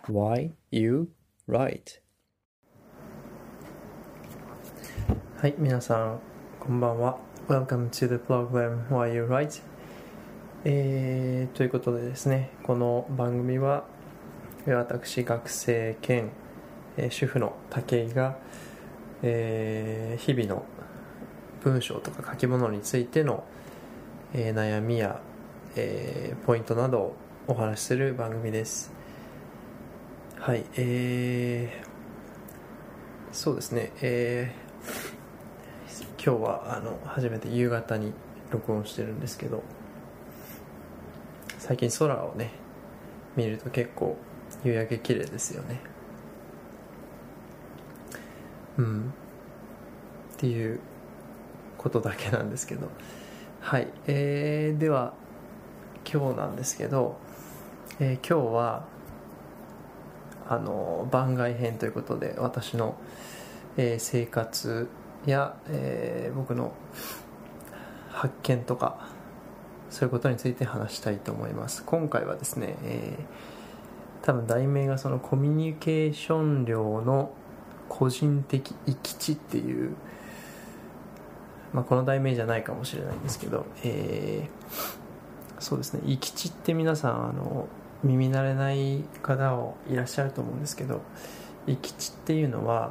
Why You Write。 はい、皆さんこんばんは。 Welcome to the program Why You Write。ということでですね、この番組は私学生兼主婦の武井が、日々の文章とか書き物についての、悩みや、ポイントなどをお話しする番組です。はい、そうですね、今日は初めて夕方に録音してるんですけど、最近空をね見ると結構夕焼け綺麗ですよね。っていうことだけなんですけど、はい、では今日なんですけど、今日は番外編ということで私の、生活や、僕の発見とかそういうことについて話したいと思います。今回はですね、多分題名がそのコミュニケーション量の個人的閾値っていう、この題名じゃないかもしれないんですけど、そうですね、閾値って皆さん耳慣れない方もいらっしゃると思うんですけど、閾値っていうのは、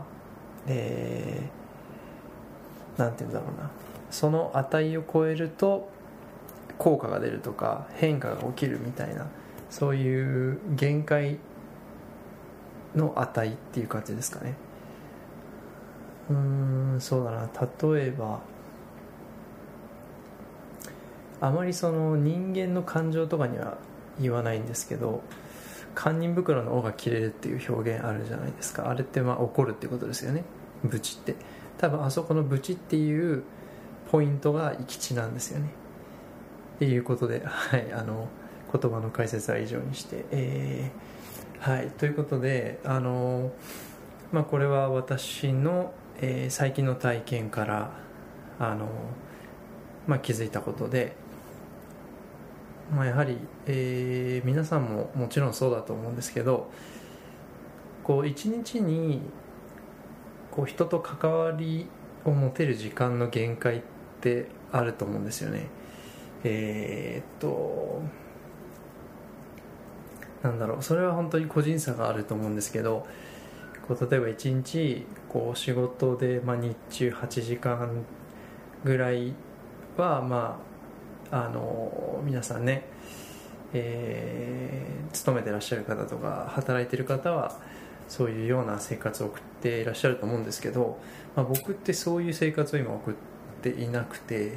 なんていうんだろうな、その値を超えると効果が出るとか変化が起きるみたいな、そういう限界の値っていう感じですかね。そうだな、例えばあまりその人間の感情とかには言わないんですけど、堪忍袋の尾が切れるっていう表現あるじゃないですか。あれって怒るってことですよね。ブチって、多分あそこのブチっていうポイントが閾値なんですよね。っていうことで、はい、言葉の解説は以上にして、はい、ということでこれは私の、最近の体験から気づいたことで、やはり、皆さんももちろんそうだと思うんですけど、こう一日にこう人と関わりを持てる時間の限界ってあると思うんですよね。なんだろう、それは本当に個人差があると思うんですけど、こう例えば一日こう仕事で、日中8時間ぐらいは皆さんね、勤めてらっしゃる方とか働いてる方はそういうような生活を送っていらっしゃると思うんですけど、僕ってそういう生活を今送っていなくて、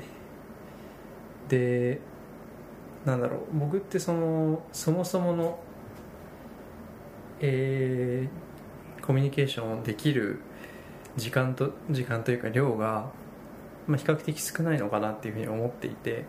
でなんだろう、僕ってそもそもの、コミュニケーションできる時間というか量が、比較的少ないのかなっていうふうに思っていて、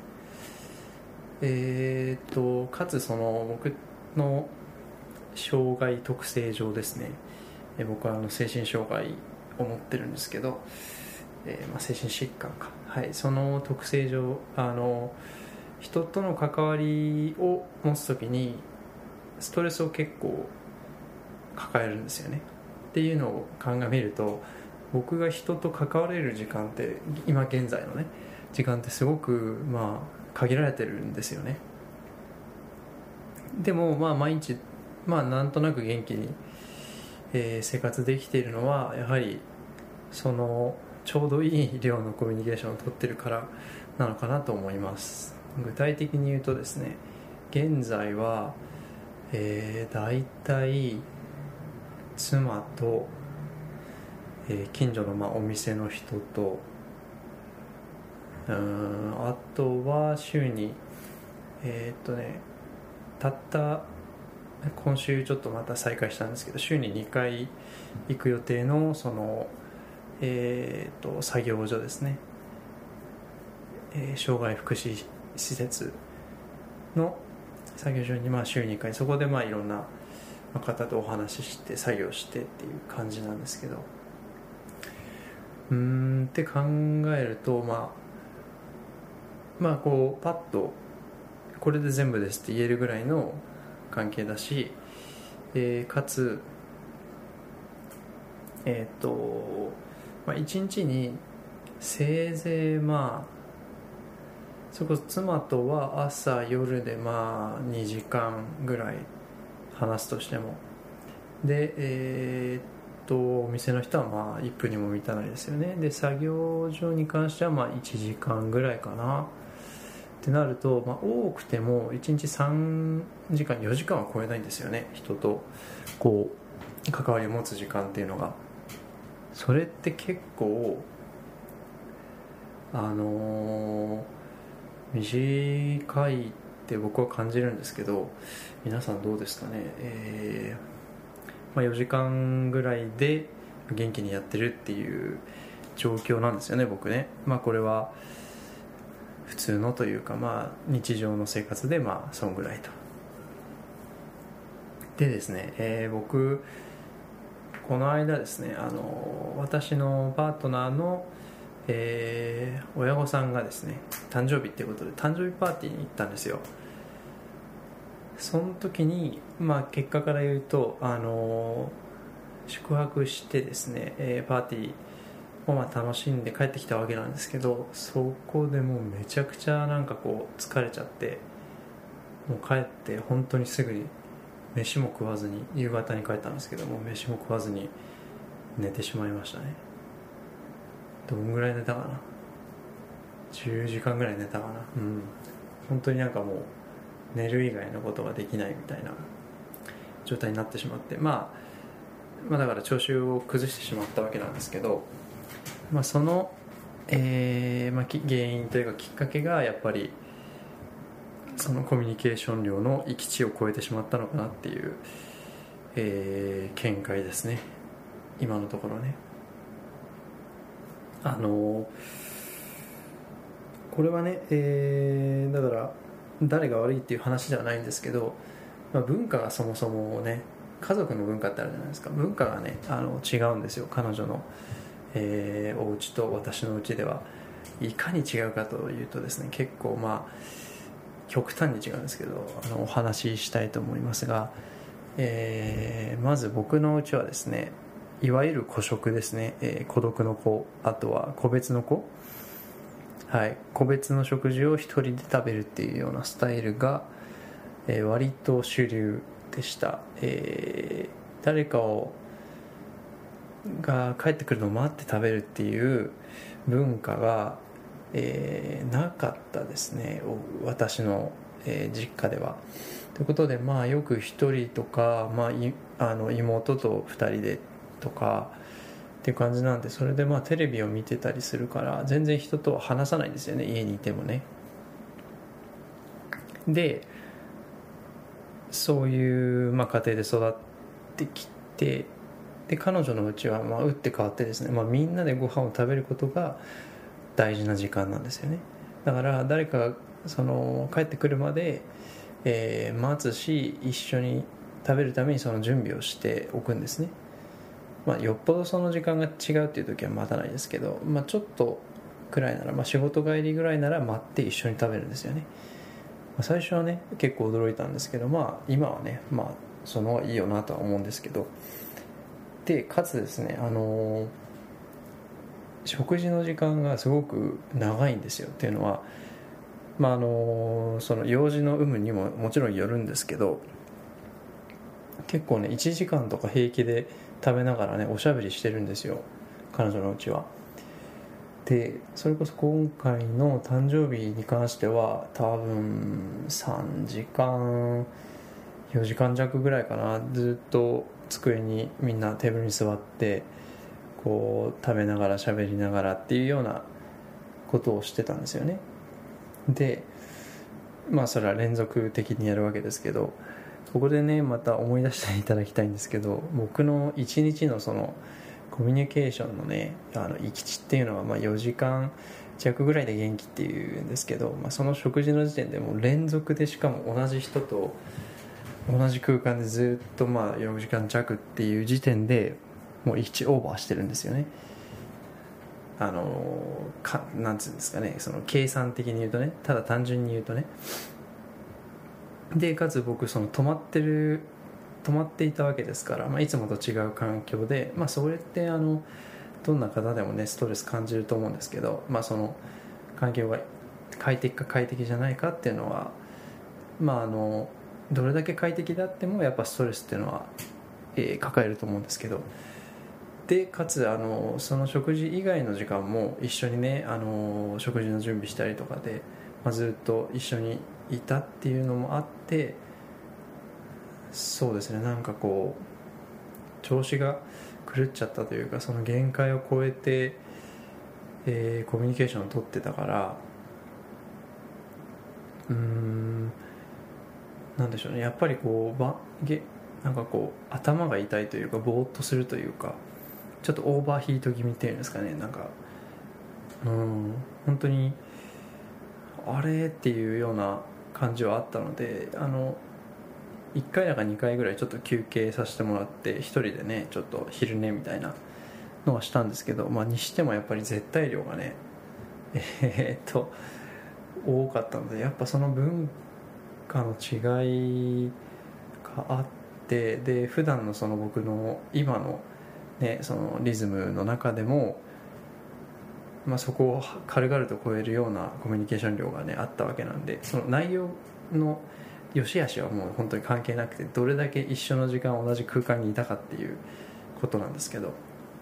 かつその僕の障害特性上ですね、僕は精神障害を持ってるんですけど、精神疾患か、はい、その特性上人との関わりを持つときにストレスを結構抱えるんですよね。っていうのを鑑みると、僕が人と関われる時間って今現在のね時間ってすごく限られてるんですよね。でも毎日なんとなく元気に、生活できているのはやはりそのちょうどいい量のコミュニケーションを取ってるからなのかなと思います。具体的に言うとですね、現在は、だいたい妻と、近所のお店の人と、あとは週にたった今週ちょっとまた再開したんですけど、週に2回行く予定のその、作業所ですね、障害福祉施設の作業所に週2回、そこでいろんな方とお話しして作業してっていう感じなんですけど、って考えるとこうパッとこれで全部ですって言えるぐらいの関係だし、 かつ1日にせいぜいそこ妻とは朝夜で2時間ぐらい話すとしても、でお店の人は1分にも満たないですよね。で作業所に関しては1時間ぐらいかなってなると、多くても1日3時間4時間は超えないんですよね、人とこう関わりを持つ時間っていうのが。それって結構短いって僕は感じるんですけど、皆さんどうですかね。4時間ぐらいで元気にやってるっていう状況なんですよね、僕ね。これは普通のというか、日常の生活でそんぐらいと。でですね、僕この間ですね、私のパートナーの、親御さんがですね誕生日っていうことで誕生日パーティーに行ったんですよ。その時に、結果から言うと、宿泊してですね、パーティーを楽しんで帰ってきたわけなんですけど、そこでもうめちゃくちゃ疲れちゃって、もう帰って本当にすぐに飯も食わずに、夕方に帰ったんですけども飯も食わずに寝てしまいましたね。どんぐらい寝たかな、10時間ぐらい寝たかな。本当にもう寝る以外のことができないみたいな状態になってしまって、だから調子を崩してしまったわけなんですけど、その、原因というかきっかけがやっぱりそのコミュニケーション量の域値を超えてしまったのかなっていう、見解ですね、今のところね。これはね、だから誰が悪いっていう話ではないんですけど、文化がそもそもね、家族の文化ってあるじゃないですか。文化がね違うんですよ。彼女の、お家と私の家ではいかに違うかというとですね、結構極端に違うんですけど、お話ししたいと思いますが、まず僕の家はですね、いわゆる個食ですね、孤独の子、あとは個別の子、個別の食事を一人で食べるっていうようなスタイルが、割と主流でした。誰かが帰ってくるのを待って食べるっていう文化が、なかったですね、私の、実家では。ということで、よく一人とか、妹と二人でとかっていう感じなんで、それでテレビを見てたりするから全然人とは話さないんですよね、家にいてもね。でそういう、家庭で育ってきて、で彼女のうちは打って変わってですね、みんなでご飯を食べることが大事な時間なんですよね。だから誰かが帰ってくるまで、待つし、一緒に食べるためにその準備をしておくんですね。よっぽどその時間が違うっていう時は待たないですけど、ちょっとくらいなら、仕事帰りぐらいなら待って一緒に食べるんですよね。最初はね結構驚いたんですけど、今はねその方がいいよなとは思うんですけど、でかつですね、食事の時間がすごく長いんですよ。っていうのは、その用事の有無にももちろんよるんですけど、結構ね1時間とか平気で食べながらねおしゃべりしてるんですよ、彼女のうちは。でそれこそ今回の誕生日に関しては多分3時間4時間弱ぐらいかな、ずっと机にみんなテーブルに座ってこう食べながら喋りながらっていうようなことをしてたんですよね。でそれは連続的にやるわけですけど、ここでねまた思い出していただきたいんですけど、僕の一日のそのコミュニケーションのね閾値っていうのは4時間弱ぐらいで元気っていうんですけど、その食事の時点でもう連続で、しかも同じ人と同じ空間でずっと4時間弱っていう時点でもう閾値オーバーしてるんですよね。なんつうんですかね、その計算的に言うとね、ただ単純に言うとね。でかつ僕その泊まってる止まっていたわけですから、いつもと違う環境で、それってどんな方でもねストレス感じると思うんですけど、その環境が快適か快適じゃないかっていうのは、どれだけ快適であってもやっぱストレスっていうのは、抱えると思うんですけど、でかつその食事以外の時間も一緒にね食事の準備したりとかで、ずっと一緒にいたっていうのもあって、そうですね、なんかこう調子が狂っちゃったというか、その限界を超えて、コミュニケーションを取ってたから、なんでしょうね、やっぱりこうなんかこう頭が痛いというか、ぼーっとするというか、ちょっとオーバーヒート気味っていうんですかね、なんか本当にあれっていうような感じはあったので、1回だか2回ぐらいちょっと休憩させてもらって、一人でねちょっと昼寝みたいなのはしたんですけど、にしてもやっぱり絶対量がね多かったので、やっぱその文化の違いがあって、で普段のその僕の今のねそのリズムの中でも、そこを軽々と超えるようなコミュニケーション量がねあったわけなんで、その内容の良し悪しはもう本当に関係なくて、どれだけ一緒の時間同じ空間にいたかっていうことなんですけど、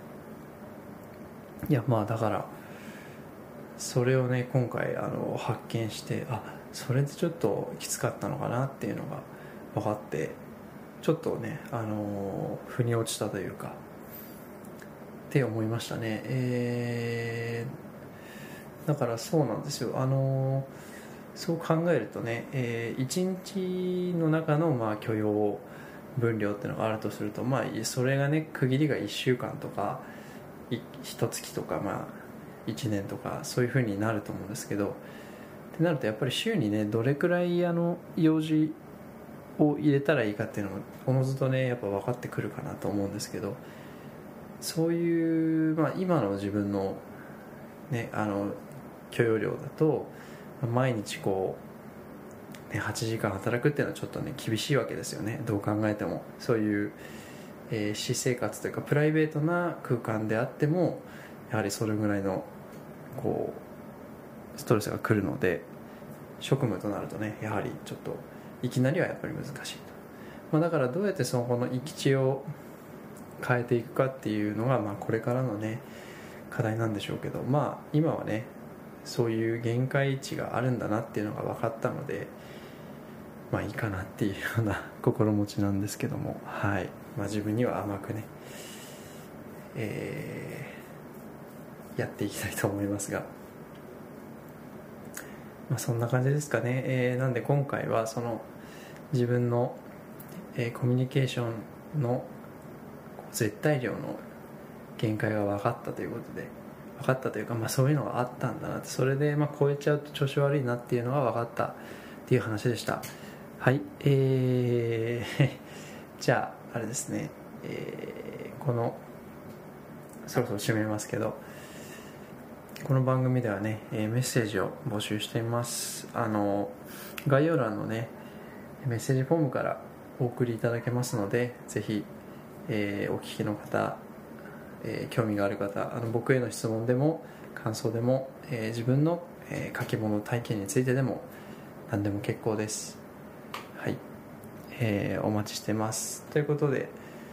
いやだからそれをね今回発見して、それでちょっときつかったのかなっていうのが分かって、ちょっとね腑に落ちたというかって思いましたね。だからそうなんですよ、そう考えるとね、一日の中の許容分量っていうのがあるとすると、それがね区切りが1週間とか1月とか1年とかそういう風になると思うんですけど、ってなるとやっぱり週にねどれくらい用事を入れたらいいかっていうのもおのずとねやっぱ分かってくるかなと思うんですけど、そういう、今の自分のね許容量だと毎日こう、8時間働くっていうのはちょっとね厳しいわけですよね、どう考えても。そういう、私生活というかプライベートな空間であってもやはりそれぐらいのこうストレスが来るので、職務となるとねやはりちょっといきなりはやっぱり難しいと、だからどうやってそこの行き地を変えていくかっていうのが、これからのね課題なんでしょうけど、今はねそういう限界値があるんだなっていうのが分かったので、いいかなっていうような心持ちなんですけども、はい、自分には甘くね、やっていきたいと思いますが、そんな感じですかね。なんで今回はその自分の、コミュニケーションの絶対量の限界が分かったということで、分かったというか、そういうのがあったんだなって、それで超えちゃうと調子悪いなっていうのが分かったっていう話でした。はい、じゃああれですね、このそろそろ締めますけど、この番組ではね、メッセージを募集しています。概要欄のねメッセージフォームからお送りいただけますので、ぜひ、お聞きの方、興味がある方、僕への質問でも感想でも、自分の、書き物体験についてでも何でも結構です。はい、お待ちしてますということで、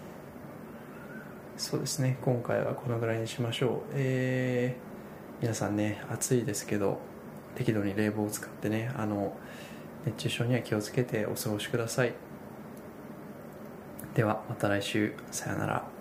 そうですね、今回はこのぐらいにしましょう。皆さんね暑いですけど適度に冷房を使ってね熱中症には気をつけてお過ごしください。ではまた来週、さよなら。